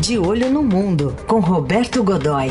De Olho no Mundo, com Roberto Godoy.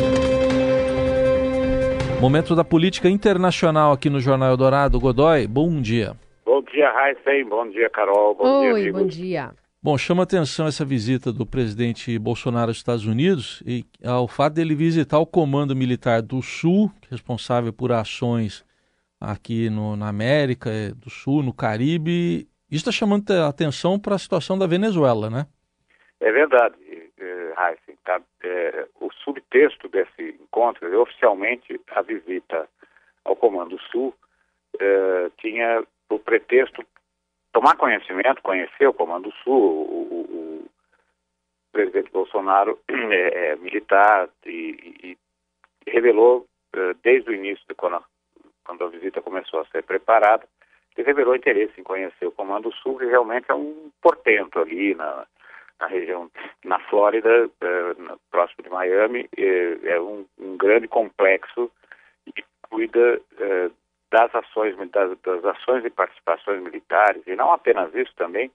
Momento da política internacional aqui no Jornal Eldorado. Godoy, bom dia. Bom dia, Heisen. Bom dia, Carol. Bom dia, amigos. Bom dia. Bom, chama atenção essa visita do presidente Bolsonaro aos Estados Unidos e ao fato dele visitar o Comando Militar do Sul, responsável por ações aqui na América do Sul, no Caribe. Isso está chamando a atenção para a situação da Venezuela, né? É verdade, Heisen. Tá? O subtexto desse encontro, oficialmente, a visita ao Comando Sul tinha o pretexto tomar conhecimento, conhecer o Comando Sul. O presidente Bolsonaro é militar e revelou, desde o início, quando a visita começou a ser preparada, ele revelou interesse em conhecer o Comando Sul, que realmente é um portento ali na região, na Flórida, próximo de Miami. É um grande complexo que cuida das ações e participações militares, e não apenas isso também,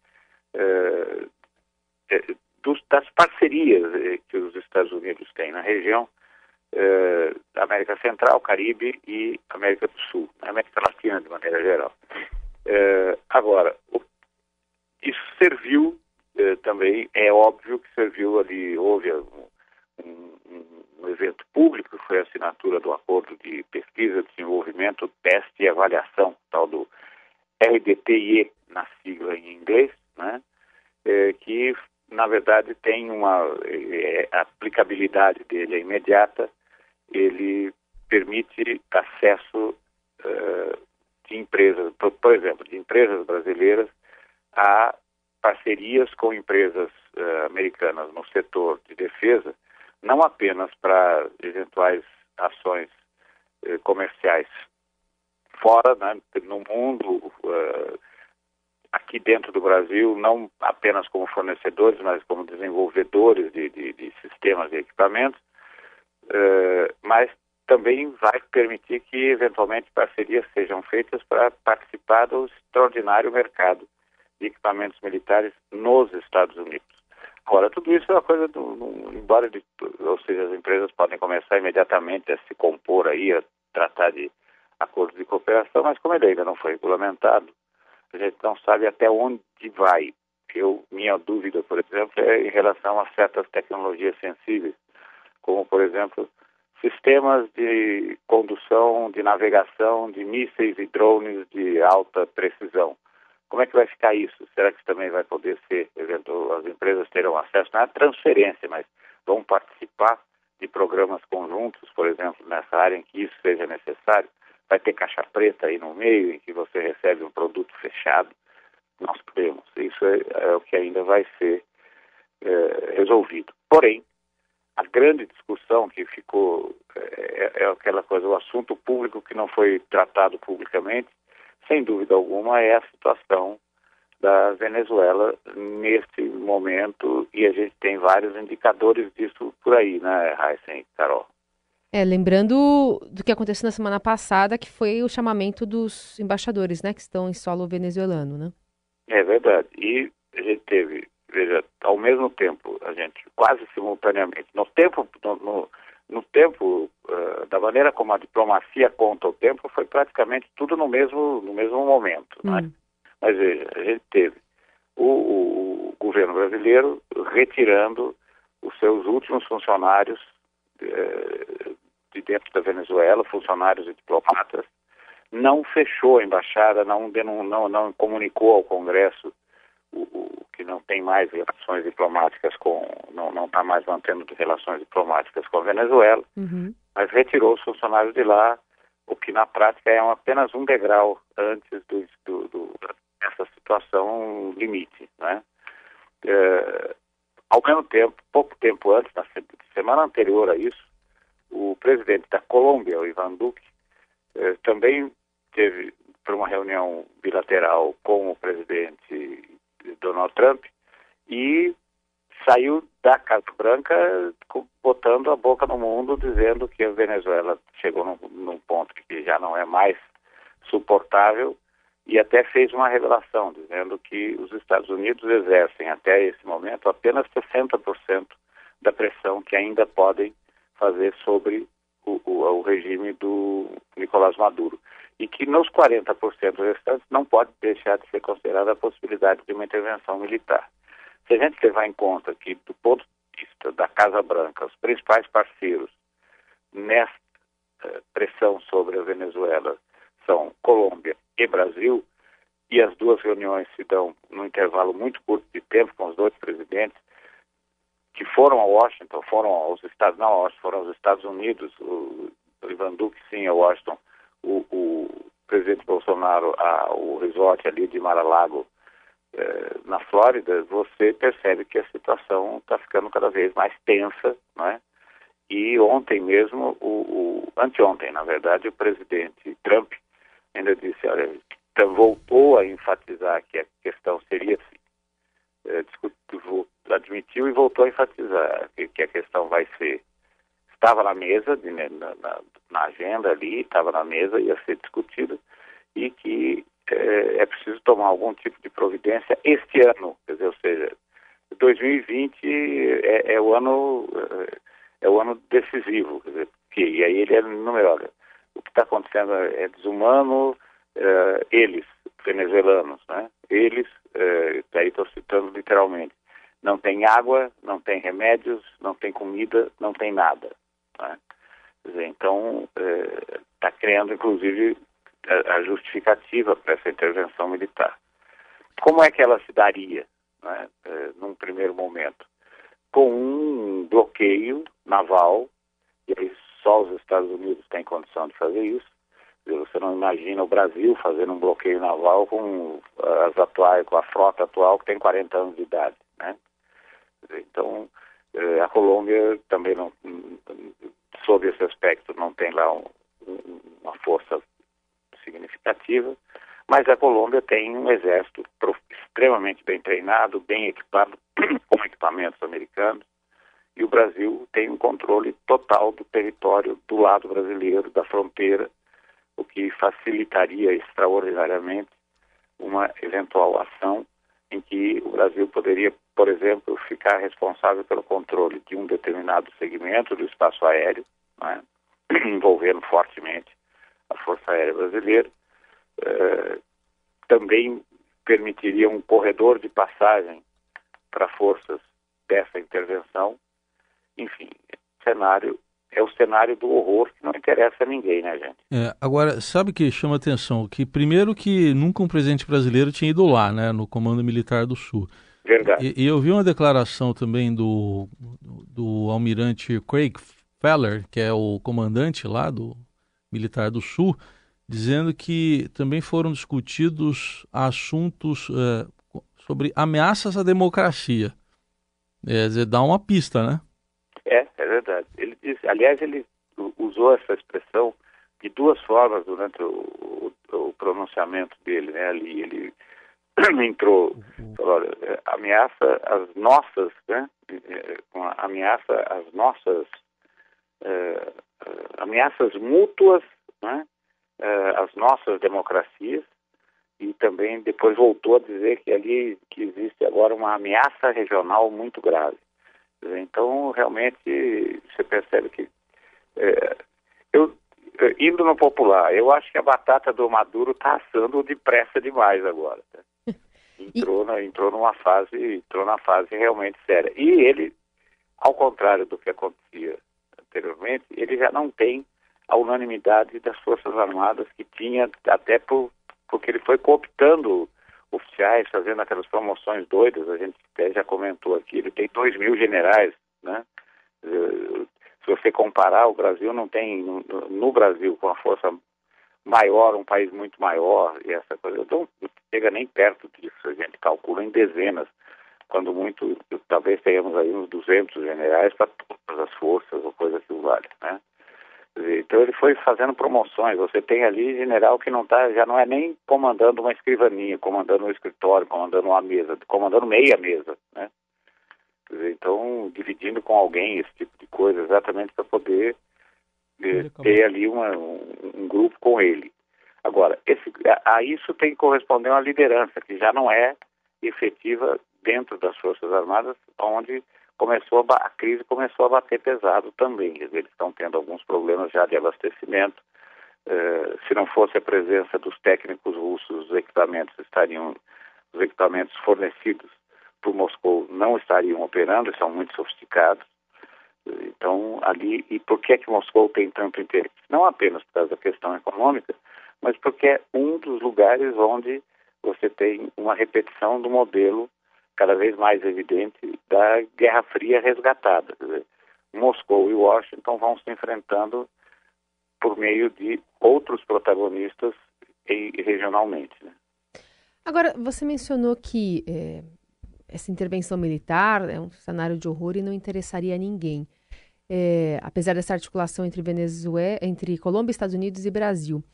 das parcerias que os Estados Unidos têm na região da América Central, Caribe e América do Sul, América Latina de maneira geral. Agora, isso serviu também, é óbvio que serviu ali, houve um evento público, foi a assinatura do Acordo de Pesquisa, Desenvolvimento, Teste e Avaliação, tal do RDTIE, na sigla em inglês, né? Que, na verdade, tem a aplicabilidade dele é imediata. Ele permite acesso de empresas, por exemplo, de empresas brasileiras a parcerias com empresas americanas no setor de defesa, não apenas para eventuais ações comerciais fora, né, no mundo, aqui dentro do Brasil, não apenas como fornecedores, mas como desenvolvedores de sistemas e equipamentos, mas também vai permitir que, eventualmente, parcerias sejam feitas para participar do extraordinário mercado de equipamentos militares nos Estados Unidos. Agora, tudo isso é uma coisa, ou seja, as empresas podem começar imediatamente a se compor aí, a tratar de acordos de cooperação, mas como ele ainda não foi regulamentado, a gente não sabe até onde vai. Minha dúvida, por exemplo, é em relação a certas tecnologias sensíveis, como, por exemplo, sistemas de condução, de navegação, de mísseis e drones de alta precisão. Como é que vai ficar isso? Será que isso também vai poder ser, as empresas terão acesso, não é a transferência, mas vão participar de programas conjuntos, por exemplo, nessa área em que isso seja necessário? Vai ter caixa preta aí no meio, em que você recebe um produto fechado? Nós podemos. Isso é o que ainda vai ser resolvido. Porém, a grande discussão que ficou é aquela coisa, o assunto público que não foi tratado publicamente, sem dúvida alguma, é a situação da Venezuela neste momento, e a gente tem vários indicadores disso por aí, né, Heisen e Carol? Lembrando do que aconteceu na semana passada, que foi o chamamento dos embaixadores, né, que estão em solo venezuelano, né? É verdade. E a gente teve, veja, ao mesmo tempo, a gente quase simultaneamente, no tempo da maneira como a diplomacia conta o tempo, foi praticamente tudo no mesmo momento, né? Mas veja, a gente teve o governo brasileiro retirando os seus últimos funcionários de dentro da Venezuela, funcionários e diplomatas, não fechou a embaixada, não comunicou ao Congresso que não tem mais relações diplomáticas não está mais mantendo relações diplomáticas com a Venezuela, mas retirou os funcionários de lá, o que na prática é apenas um degrau antes dessa situação limite, né? Ao mesmo tempo, pouco tempo antes, na semana anterior a isso, o presidente da Colômbia, o Ivan Duque, também teve para uma reunião bilateral com o presidente Donald Trump e saiu da Casa Branca botando a boca no mundo, dizendo que a Venezuela chegou num ponto que já não é mais suportável, e até fez uma revelação, dizendo que os Estados Unidos exercem até esse momento apenas 60% que ainda podem fazer sobre o regime do Nicolás Maduro. E que nos 40% restantes não pode deixar de ser considerada a possibilidade de uma intervenção militar. Se a gente levar em conta que, do ponto de vista da Casa Branca, os principais parceiros nesta pressão sobre a Venezuela são Colômbia e Brasil, e as duas reuniões se dão num intervalo muito curto de tempo com os dois presidentes, que foram a Washington, foram aos Estados Unidos, o Ivan Duque sim a Washington, o presidente Bolsonaro ao resort ali de Mar-a-Lago, na Flórida, você percebe que a situação está ficando cada vez mais tensa, não é? E ontem mesmo, anteontem, na verdade, o presidente Trump ainda disse, olha, voltou a enfatizar que a questão seria assim, admitiu e voltou a enfatizar que a questão vai ser, estava na mesa, na agenda ali, estava na mesa, ia ser discutida, e que é preciso tomar algum tipo de providência este ano, quer dizer, ou seja, 2020 é o ano decisivo, quer dizer, e aí ele olha, o que está acontecendo é desumano, eles, venezuelanos, né? Eles, daí estou citando literalmente, não tem água, não tem remédios, não tem comida, não tem nada, né? Quer dizer, então, está criando, inclusive, a justificativa para essa intervenção militar. Como é que ela se daria, né, num primeiro momento? Com um bloqueio naval, e aí só os Estados Unidos têm condição de fazer isso. Você não imagina o Brasil fazendo um bloqueio naval com a frota atual que tem 40 anos de idade, né? Então, a Colômbia também não, sob esse aspecto, não tem lá uma força significativa, mas a Colômbia tem um exército extremamente bem treinado, bem equipado, com equipamentos americanos, e o Brasil tem um controle total do território do lado brasileiro, da fronteira, o que facilitaria extraordinariamente uma eventual ação em que o Brasil poderia, por exemplo, ficar responsável pelo controle de um determinado segmento do espaço aéreo, né, envolvendo fortemente a Força Aérea Brasileira. Também permitiria um corredor de passagem para forças dessa intervenção. Enfim, é o cenário do horror que não interessa a ninguém, né, gente? Agora, sabe o que chama atenção? Que primeiro que nunca um presidente brasileiro tinha ido lá, né, no Comando Militar do Sul. Verdade. E eu vi uma declaração também do almirante Craig Feller, que é o comandante lá do Militar do Sul, dizendo que também foram discutidos assuntos sobre ameaças à democracia. Quer dizer, dá uma pista, né? É verdade. Ele disse, aliás, ele usou essa expressão de duas formas durante o pronunciamento dele, né? Ali ele entrou, falou, olha, ameaça às nossas, né? Ameaça às nossas, ameaças mútuas, né? Às nossas democracias, e também depois voltou a dizer que ali que existe agora uma ameaça regional muito grave. Então, realmente, você percebe que indo no popular, eu acho que a batata do Maduro está assando depressa demais agora. Tá? Entrou na fase realmente séria. E ele, ao contrário do que acontecia anteriormente, ele já não tem a unanimidade das Forças Armadas que tinha, até porque ele foi cooptando oficiais, fazendo aquelas promoções doidas. A gente até já comentou aqui, ele tem 2.000 generais, né? Se você comparar, o Brasil não tem, no Brasil, com a força maior, um país muito maior, e essa coisa, não chega nem perto disso, a gente calcula em dezenas, quando muito, talvez tenhamos aí uns 200 generais para todas as forças, ou coisa que vale, né? Então ele foi fazendo promoções. Você tem ali general que já não é nem comandando uma escrivaninha, comandando um escritório, comandando uma mesa, comandando meia mesa, né? Então, dividindo com alguém esse tipo de coisa, exatamente para poder ter ali um grupo com ele. Agora, a isso tem que corresponder uma liderança que já não é efetiva dentro das Forças Armadas, onde a crise começou a bater pesado também. Eles estão tendo alguns problemas já de abastecimento. Se não fosse a presença dos técnicos russos, os equipamentos fornecidos por Moscou não estariam operando, são muito sofisticados. Então, ali, e por que Moscou tem tanto interesse? Não apenas por causa da questão econômica, mas porque é um dos lugares onde você tem uma repetição do modelo cada vez mais evidente da Guerra Fria resgatada. Quer dizer, Moscou e Washington vão se enfrentando por meio de outros protagonistas regionalmente, né? Agora, você mencionou que essa intervenção militar é um cenário de horror e não interessaria a ninguém. Apesar dessa articulação entre Colômbia, Estados Unidos e Brasil.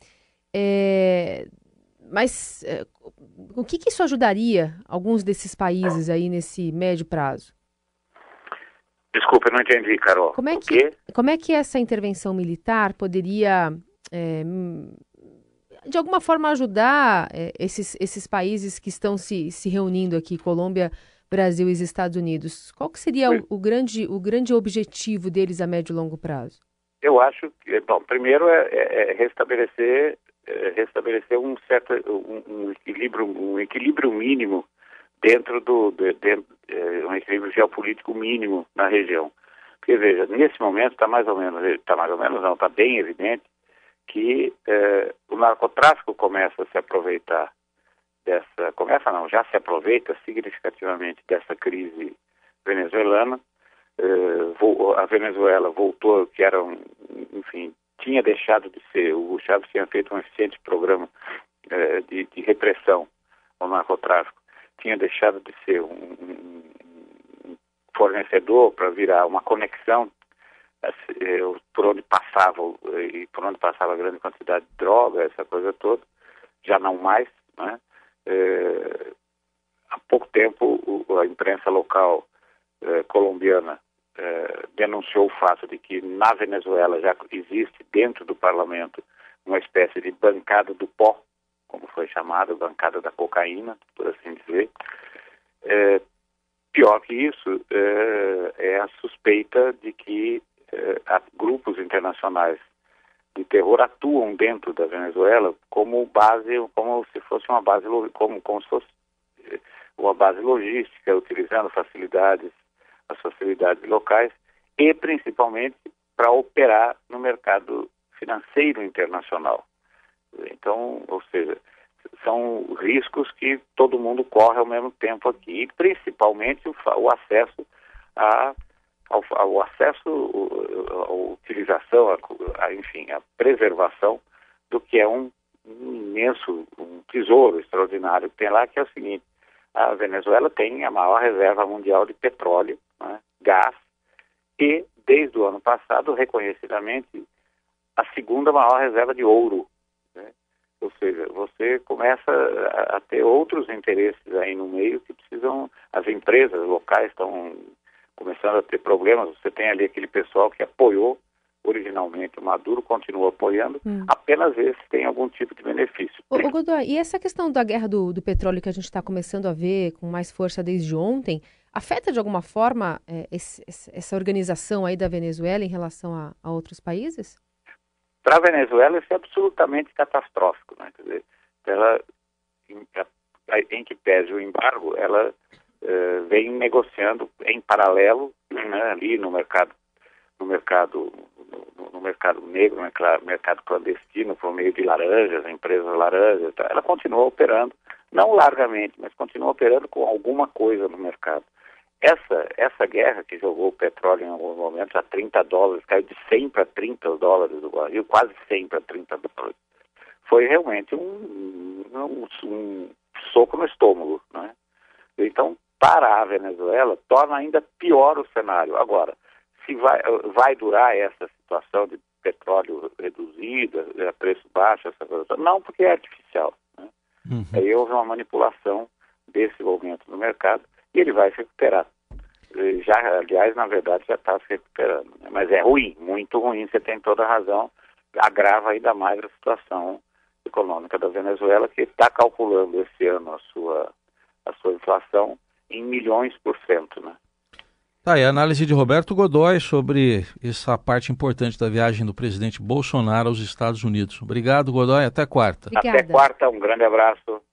Mas o que isso ajudaria alguns desses países aí nesse médio prazo? Desculpa, eu não entendi, Carol. Como é que essa intervenção militar poderia, de alguma forma, ajudar esses países que estão se reunindo aqui, Colômbia, Brasil e os Estados Unidos? Qual que seria o grande objetivo deles a médio e longo prazo? Eu acho que, primeiro é restabelecer um certo equilíbrio mínimo dentro um equilíbrio geopolítico mínimo na região. Porque, veja, nesse momento está bem evidente que o narcotráfico começa a se aproveitar já se aproveita significativamente dessa crise venezuelana. A Venezuela voltou, que era tinha deixado de ser, o Hugo Chávez tinha feito um eficiente programa de repressão ao narcotráfico, tinha deixado de ser um fornecedor para virar uma conexão por onde passava grande quantidade de droga, essa coisa toda, já não mais, né? Há pouco tempo a imprensa local colombiana denunciou o fato de que na Venezuela já existe dentro do parlamento uma espécie de bancada do pó, como foi chamada, bancada da cocaína, por assim dizer. Pior que isso é a suspeita de que grupos internacionais de terror atuam dentro da Venezuela como se fosse uma base logística, utilizando as facilidades locais e principalmente para operar no mercado financeiro internacional. Então, ou seja, são riscos que todo mundo corre ao mesmo tempo aqui, e principalmente o acesso a utilização, a preservação do que é um tesouro extraordinário que tem lá, que é o seguinte: a Venezuela tem a maior reserva mundial de petróleo, né, gás, e desde o ano passado, reconhecidamente, a segunda maior reserva de ouro, né? Ou seja, você começa a ter outros interesses aí no meio que precisam, as empresas locais estão começando a ter problemas. Você tem ali aquele pessoal que apoiou originalmente o Maduro, continua apoiando, apenas esse tem algum tipo de benefício. Ô Godoy, e essa questão da guerra do petróleo que a gente está começando a ver com mais força desde ontem, afeta de alguma forma essa organização aí da Venezuela em relação a outros países? Para a Venezuela isso é absolutamente catastrófico, né? Quer dizer, ela, em que pese o embargo, ela vem negociando em paralelo, né, ali no mercado negro, no mercado clandestino, por meio de laranjas, empresas laranjas, tá? Ela continua operando, não largamente, mas continua operando com alguma coisa no mercado. Essa guerra que jogou o petróleo em alguns momentos a $30, caiu de 100 para $30 do barril, quase 100 para $30, foi realmente um soco no estômago, né? Então, para a Venezuela, torna ainda pior o cenário. Agora, se vai durar essa situação de petróleo reduzido, a preço baixo, essa coisa, não, porque é artificial, né? Aí houve uma manipulação desse momento no mercado e ele vai se recuperar. Aliás, na verdade, já está se recuperando, né? Mas é ruim, muito ruim, você tem toda a razão, agrava ainda mais a situação econômica da Venezuela, que está calculando esse ano a sua inflação em milhões %, né? Tá aí a análise de Roberto Godoy sobre essa parte importante da viagem do presidente Bolsonaro aos Estados Unidos. Obrigado, Godoy. Até quarta. Obrigada. Até quarta. Um grande abraço.